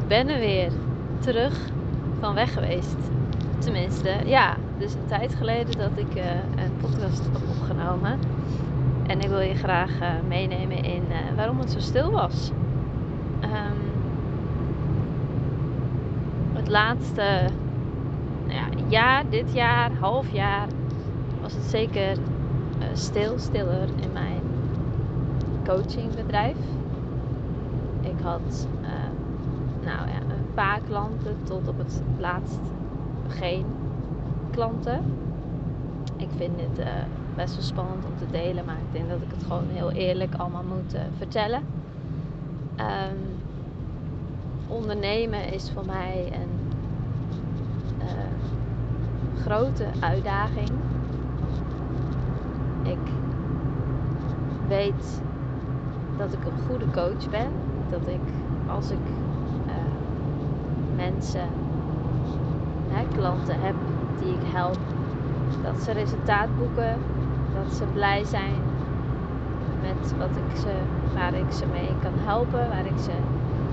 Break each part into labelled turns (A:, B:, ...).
A: ben er weer terug van weg geweest. Tenminste, ja, dus een tijd geleden dat ik een podcast heb opgenomen. En ik wil je graag meenemen in waarom het zo stil was. Het laatste jaar, dit jaar, half jaar, was het zeker stiller in mijn coachingbedrijf. Ik had een paar klanten tot op het laatst geen klanten. Ik vind dit best wel spannend om te delen, maar ik denk dat ik het gewoon heel eerlijk allemaal moet vertellen. Ondernemen is voor mij een grote uitdaging. Ik weet dat ik een goede coach ben. Dat ik als ik mensen, klanten heb die ik help, dat ze resultaat boeken, dat ze blij zijn met waar ik ze mee kan helpen, waar ik ze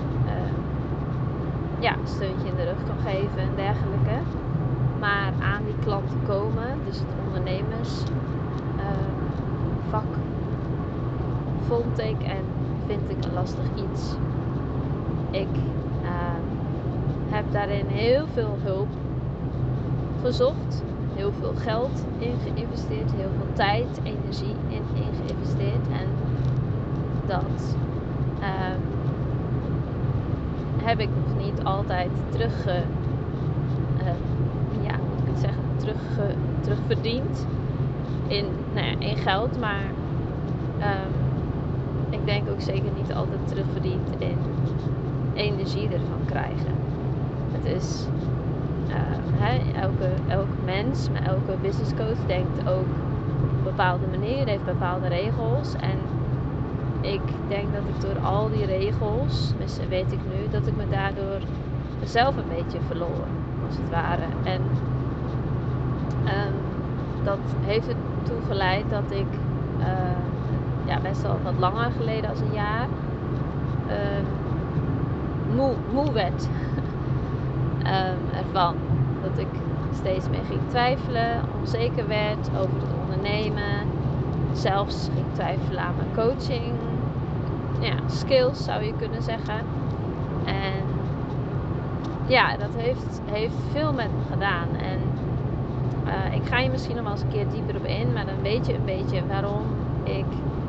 A: een steuntje in de rug kan geven en dergelijke. Maar aan die klanten komen, dus het ondernemersvak, vond ik en vind ik een lastig iets. Ik heb daarin heel veel hulp gezocht, heel veel geld in geïnvesteerd, heel veel tijd, energie in geïnvesteerd. En dat heb ik nog niet altijd terugverdiend in geld, maar ik denk ook zeker niet altijd terugverdiend in energie ervan krijgen. Het is elke mens, maar elke business coach denkt ook op een bepaalde manier, heeft bepaalde regels. En ik denk dat ik door al die regels, weet ik nu, dat ik me daardoor mezelf een beetje verloor, als het ware. En dat heeft ertoe geleid dat ik best wel wat langer geleden als een jaar moe werd ervan. Dat ik steeds meer ging twijfelen, onzeker werd over het ondernemen. Zelfs ging twijfelen aan mijn coaching. Skills zou je kunnen zeggen. En dat heeft veel met me gedaan. En ik ga je misschien nog wel eens een keer dieper op in, maar dan weet je een beetje waarom ik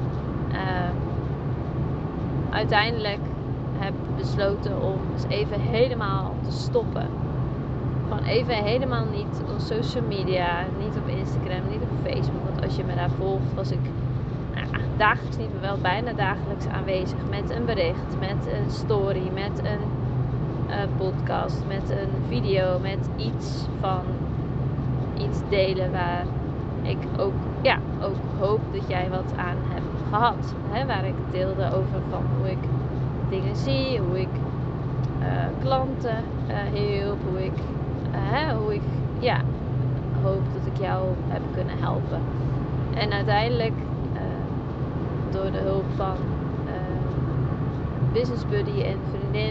A: uiteindelijk heb besloten om eens even helemaal te stoppen. Gewoon even helemaal niet op social media, niet op Instagram, niet op Facebook. Want als je me daar volgt, was ik dagelijks niet, maar wel bijna dagelijks aanwezig met een bericht, met een story, met een podcast, met een video, met iets delen waar ik ook hoop dat jij wat aan hebt gehad. Waar ik deelde over van hoe ik dingen zie, hoe ik klanten hielp, hoe ik hoop dat ik jou heb kunnen helpen. En uiteindelijk door de hulp van business buddy en vriendin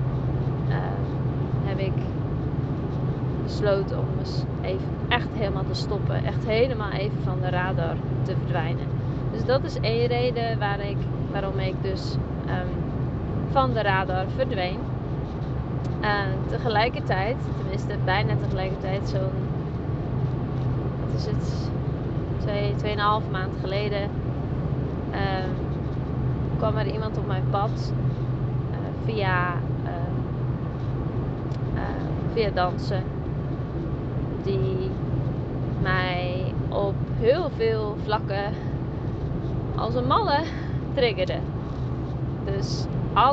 A: heb ik besloten om eens even echt helemaal te stoppen. Echt helemaal even van de radar te verdwijnen. Dus dat is één reden waarom ik dus van de radar verdween. Tegelijkertijd, tenminste bijna tegelijkertijd, zo'n 2,5 maand geleden kwam er iemand op mijn pad via dansen, die mij op heel veel vlakken als een malle triggerde. Dus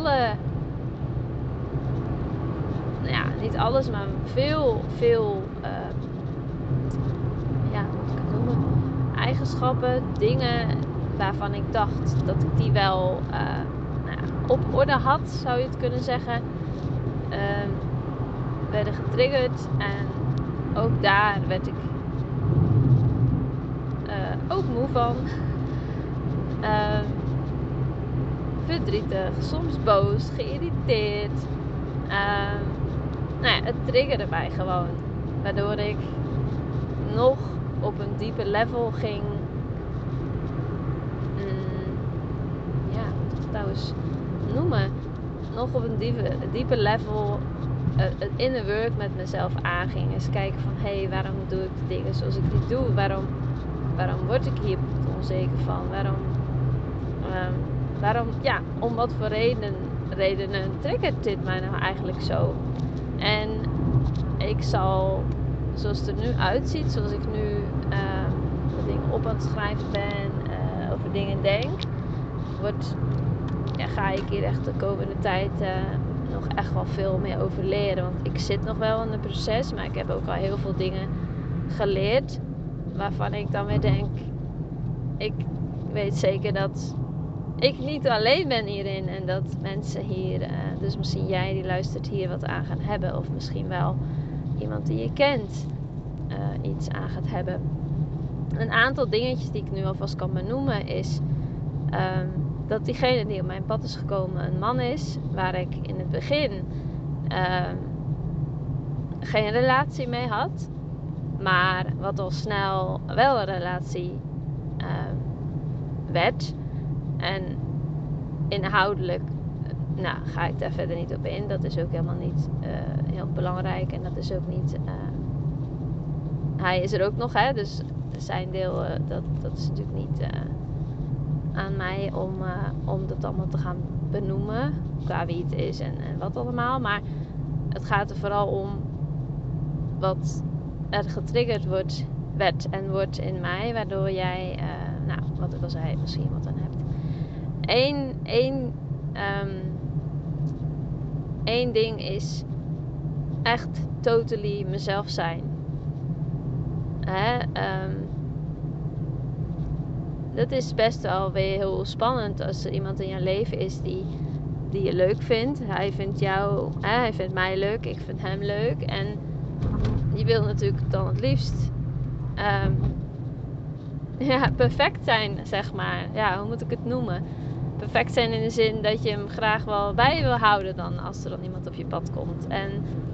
A: niet alles, maar veel eigenschappen, dingen waarvan ik dacht dat ik die wel op orde had, zou je het kunnen zeggen, werden getriggerd. En ook daar werd ik ook moe van. Verdrietig, soms boos, geïrriteerd. Nou ja, het triggerde mij gewoon. Waardoor ik nog op een dieper level ging. Ja, hoe moet ik het nou eens noemen? Nog op een dieper level het inner work met mezelf aanging. Eens kijken van, waarom doe ik de dingen zoals ik die doe? Waarom word ik hier onzeker van? Waarom, om wat voor redenen triggert dit mij nou eigenlijk zo? En ik zal, zoals het er nu uitziet, zoals ik nu de dingen op aan het schrijven ben, over dingen denk, ga ik hier echt de komende tijd nog echt wel veel meer over leren. Want ik zit nog wel in het proces, maar ik heb ook al heel veel dingen geleerd waarvan ik dan weer denk, ik weet zeker dat ik niet alleen ben hierin en dat mensen hier, dus misschien jij die luistert, hier wat aan gaan hebben, of misschien wel iemand die je kent iets aan gaat hebben. Een aantal dingetjes die ik nu alvast kan benoemen is dat diegene die op mijn pad is gekomen een man is waar ik in het begin geen relatie mee had, maar wat al snel wel een relatie werd. En inhoudelijk ga ik daar verder niet op in. Dat is ook helemaal niet heel belangrijk. En dat is ook niet... hij is er ook nog, hè. Dus zijn deel, dat is natuurlijk niet aan mij om dat allemaal te gaan benoemen. Qua wie het is en wat allemaal. Maar het gaat er vooral om wat er getriggerd werd in mij. Waardoor jij, wat ik al zei, misschien wat aan hebt. Eén ding is echt totally mezelf zijn. Dat is best wel weer heel spannend als er iemand in je leven is die je leuk vindt. Hij vindt mij leuk, ik vind hem leuk. En je wil natuurlijk dan het liefst perfect zijn, zeg maar. Ja, hoe moet ik het noemen? Perfect zijn in de zin dat je hem graag wel bij je wil houden dan, als er dan iemand op je pad komt. En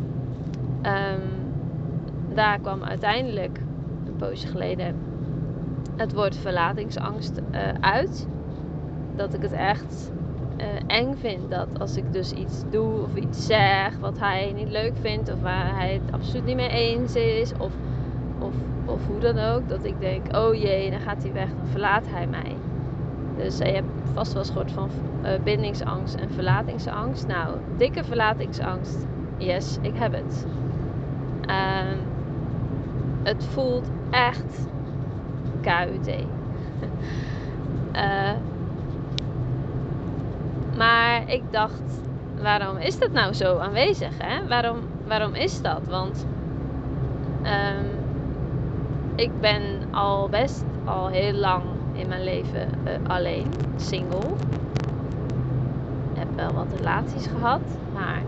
A: daar kwam uiteindelijk, een poosje geleden, het woord verlatingsangst uit. Dat ik het echt eng vind dat als ik dus iets doe of iets zeg wat hij niet leuk vindt, of waar hij het absoluut niet mee eens is, of hoe dan ook, dat ik denk, oh jee, dan gaat hij weg, dan verlaat hij mij. Dus je hebt vast wel eens gehoord van bindingsangst en verlatingsangst. Nou, dikke verlatingsangst. Yes, ik heb het. Het voelt echt KUT. Maar ik dacht, waarom is dat nou zo aanwezig? Hè? Waarom is dat? Want ik ben al heel lang in mijn leven alleen, single. Heb wel wat relaties gehad, maar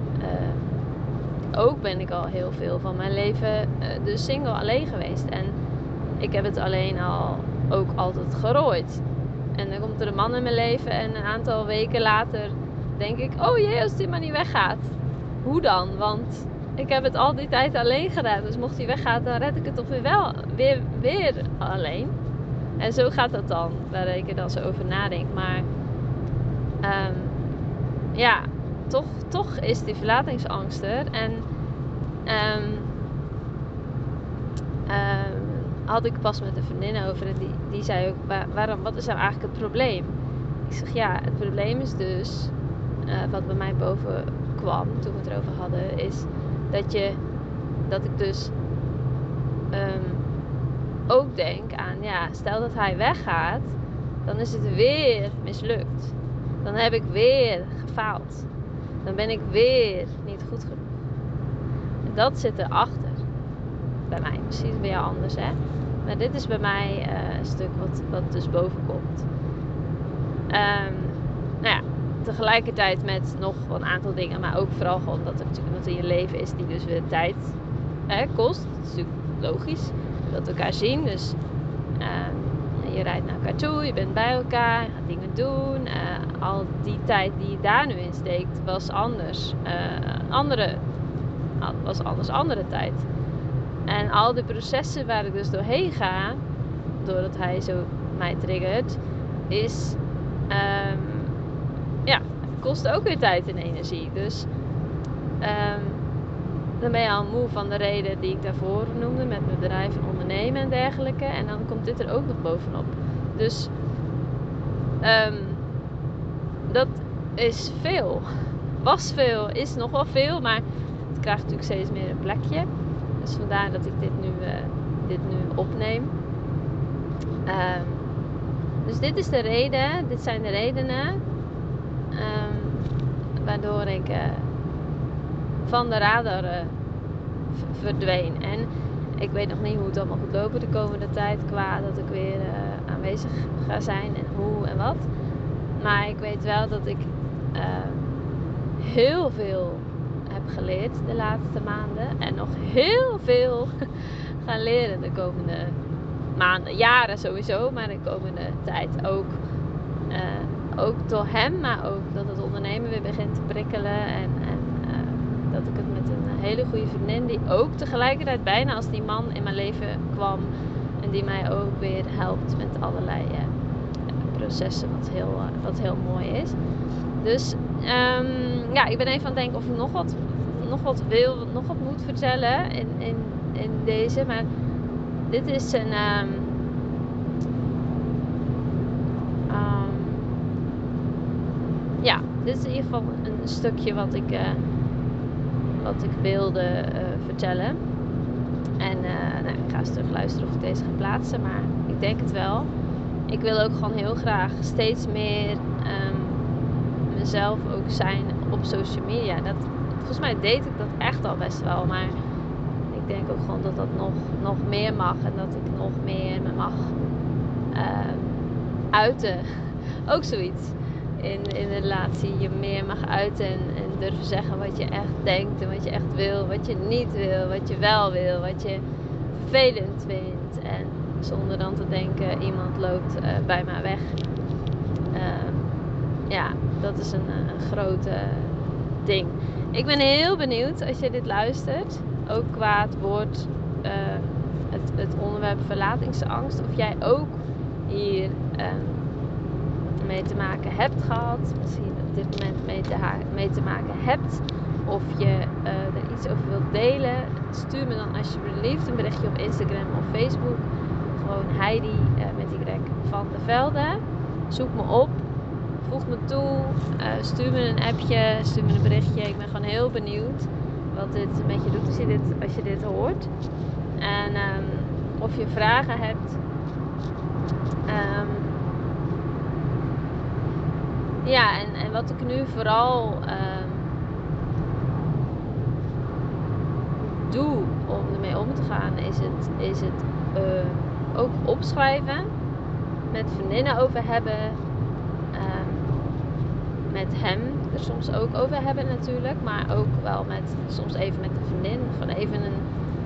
A: ook ben ik al heel veel van mijn leven dus single alleen geweest. En ik heb het alleen al ook altijd gerooid. En dan komt er een man in mijn leven en een aantal weken later denk ik, oh jee, als die maar niet weggaat. Hoe dan? Want ik heb het al die tijd alleen gedaan. Dus mocht hij weggaan, dan red ik het toch weer alleen. En zo gaat dat dan, waar ik er dan zo over nadenk. Maar toch is die verlatingsangst er. En had ik pas met een vriendin over. En die zei ook, wat is nou eigenlijk het probleem? Ik zeg, het probleem is dus, wat bij mij boven kwam toen we het erover hadden, is dat ik dus ook denk aan, stel dat hij weggaat, dan is het weer mislukt. Dan heb ik weer gefaald. Dan ben ik weer niet goed genoeg. En dat zit erachter. Bij mij. Misschien is het bij jou anders, hè. Maar dit is bij mij een stuk wat dus boven komt. Tegelijkertijd met nog wel een aantal dingen. Maar ook vooral gewoon dat er natuurlijk iemand in je leven is die dus weer tijd kost. Dat is natuurlijk logisch. Je wilt elkaar zien. Dus je rijdt naar elkaar toe, je bent bij elkaar, je gaat dingen doen. Al die tijd die je daar nu in steekt was anders. Was anders andere tijd. En al die processen waar ik dus doorheen ga, doordat hij zo mij triggert, is kost ook weer tijd en energie. Dus dan ben je al moe van de reden die ik daarvoor noemde, met mijn bedrijf en ondernemen en dergelijke. En dan komt dit er ook nog bovenop. Dus dat is veel. Was veel, is nog wel veel, maar het krijgt natuurlijk steeds meer een plekje. Dus vandaar dat ik dit nu opneem. Dus dit zijn de redenen waardoor ik van de radar verdween. En ik weet nog niet hoe het allemaal gaat lopen de komende tijd, qua dat ik weer aanwezig ga zijn en hoe en wat. Maar ik weet wel dat ik heel veel heb geleerd de laatste maanden. En nog heel veel ga leren de komende maanden, jaren sowieso, maar de komende tijd ook. Ook door hem, maar ook dat het ondernemen weer begint te prikkelen. En dat ik het met een hele goede vriendin, die ook tegelijkertijd bijna als die man in mijn leven kwam. En die mij ook weer helpt met allerlei processen, wat heel mooi is. Dus ik ben even aan het denken of ik nog wat moet vertellen in deze. Maar dit is dit is in ieder geval een stukje wat ik wilde vertellen. En ik ga eens terug luisteren of ik deze ga plaatsen, maar ik denk het wel. Ik wil ook gewoon heel graag steeds meer mezelf ook zijn op social media. Volgens mij deed ik dat echt al best wel, maar ik denk ook gewoon dat dat nog meer mag en dat ik nog meer me mag uiten. Ook zoiets. In een relatie je meer mag uiten en durven zeggen wat je echt denkt en wat je echt wil, wat je niet wil, wat je wel wil, wat je vervelend vindt. En zonder dan te denken, iemand loopt bij mij weg. Dat is een grote ding. Ik ben heel benieuwd als je dit luistert, ook qua het woord, het onderwerp verlatingsangst, of jij ook hier mee te maken hebt gehad, misschien op dit moment mee te maken hebt, of je er iets over wilt delen, stuur me dan alsjeblieft een berichtje op Instagram of Facebook. Gewoon Heidi met Y van der Velde. Zoek me op, voeg me toe, stuur me een appje, stuur me een berichtje. Ik ben gewoon heel benieuwd wat dit met je doet als je dit hoort. En of je vragen hebt. En wat ik nu vooral doe om ermee om te gaan, is het ook opschrijven, met vriendinnen over hebben, met hem er soms ook over hebben natuurlijk, maar ook wel soms even met een vriendin, gewoon even een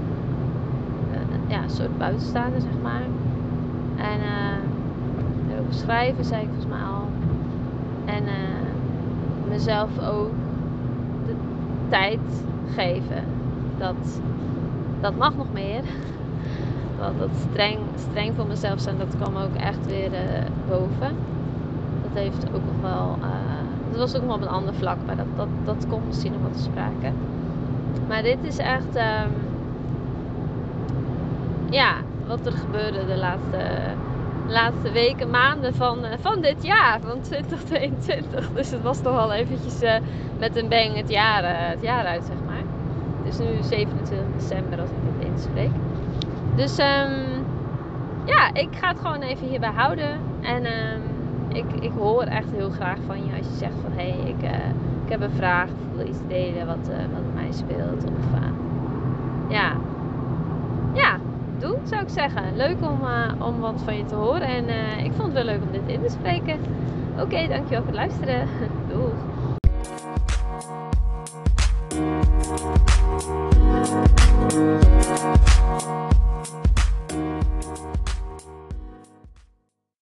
A: soort buitenstaander, zeg maar. En erover schrijven, zei ik volgens mij al. En mezelf ook de tijd geven. Dat mag nog meer. Dat streng voor mezelf zijn, dat kwam ook echt weer boven. Dat heeft ook nog wel... dat was ook nog op een ander vlak, maar dat komt misschien nog wat te sprake. Maar dit is echt... wat er gebeurde de laatste weken, maanden van dit jaar, van 2022. Dus het was toch wel eventjes met een bang het jaar uit, zeg maar. Het is nu 27 december als ik dit inspreek. Dus ik ga het gewoon even hierbij houden. En ik hoor echt heel graag van je als je zegt van hey, ik heb een vraag of wil iets delen wat bij mij speelt. Of doe, zou ik zeggen. Leuk om wat van je te horen. En ik vond het wel leuk om dit in te spreken. Oké, dankjewel voor het luisteren. Doeg!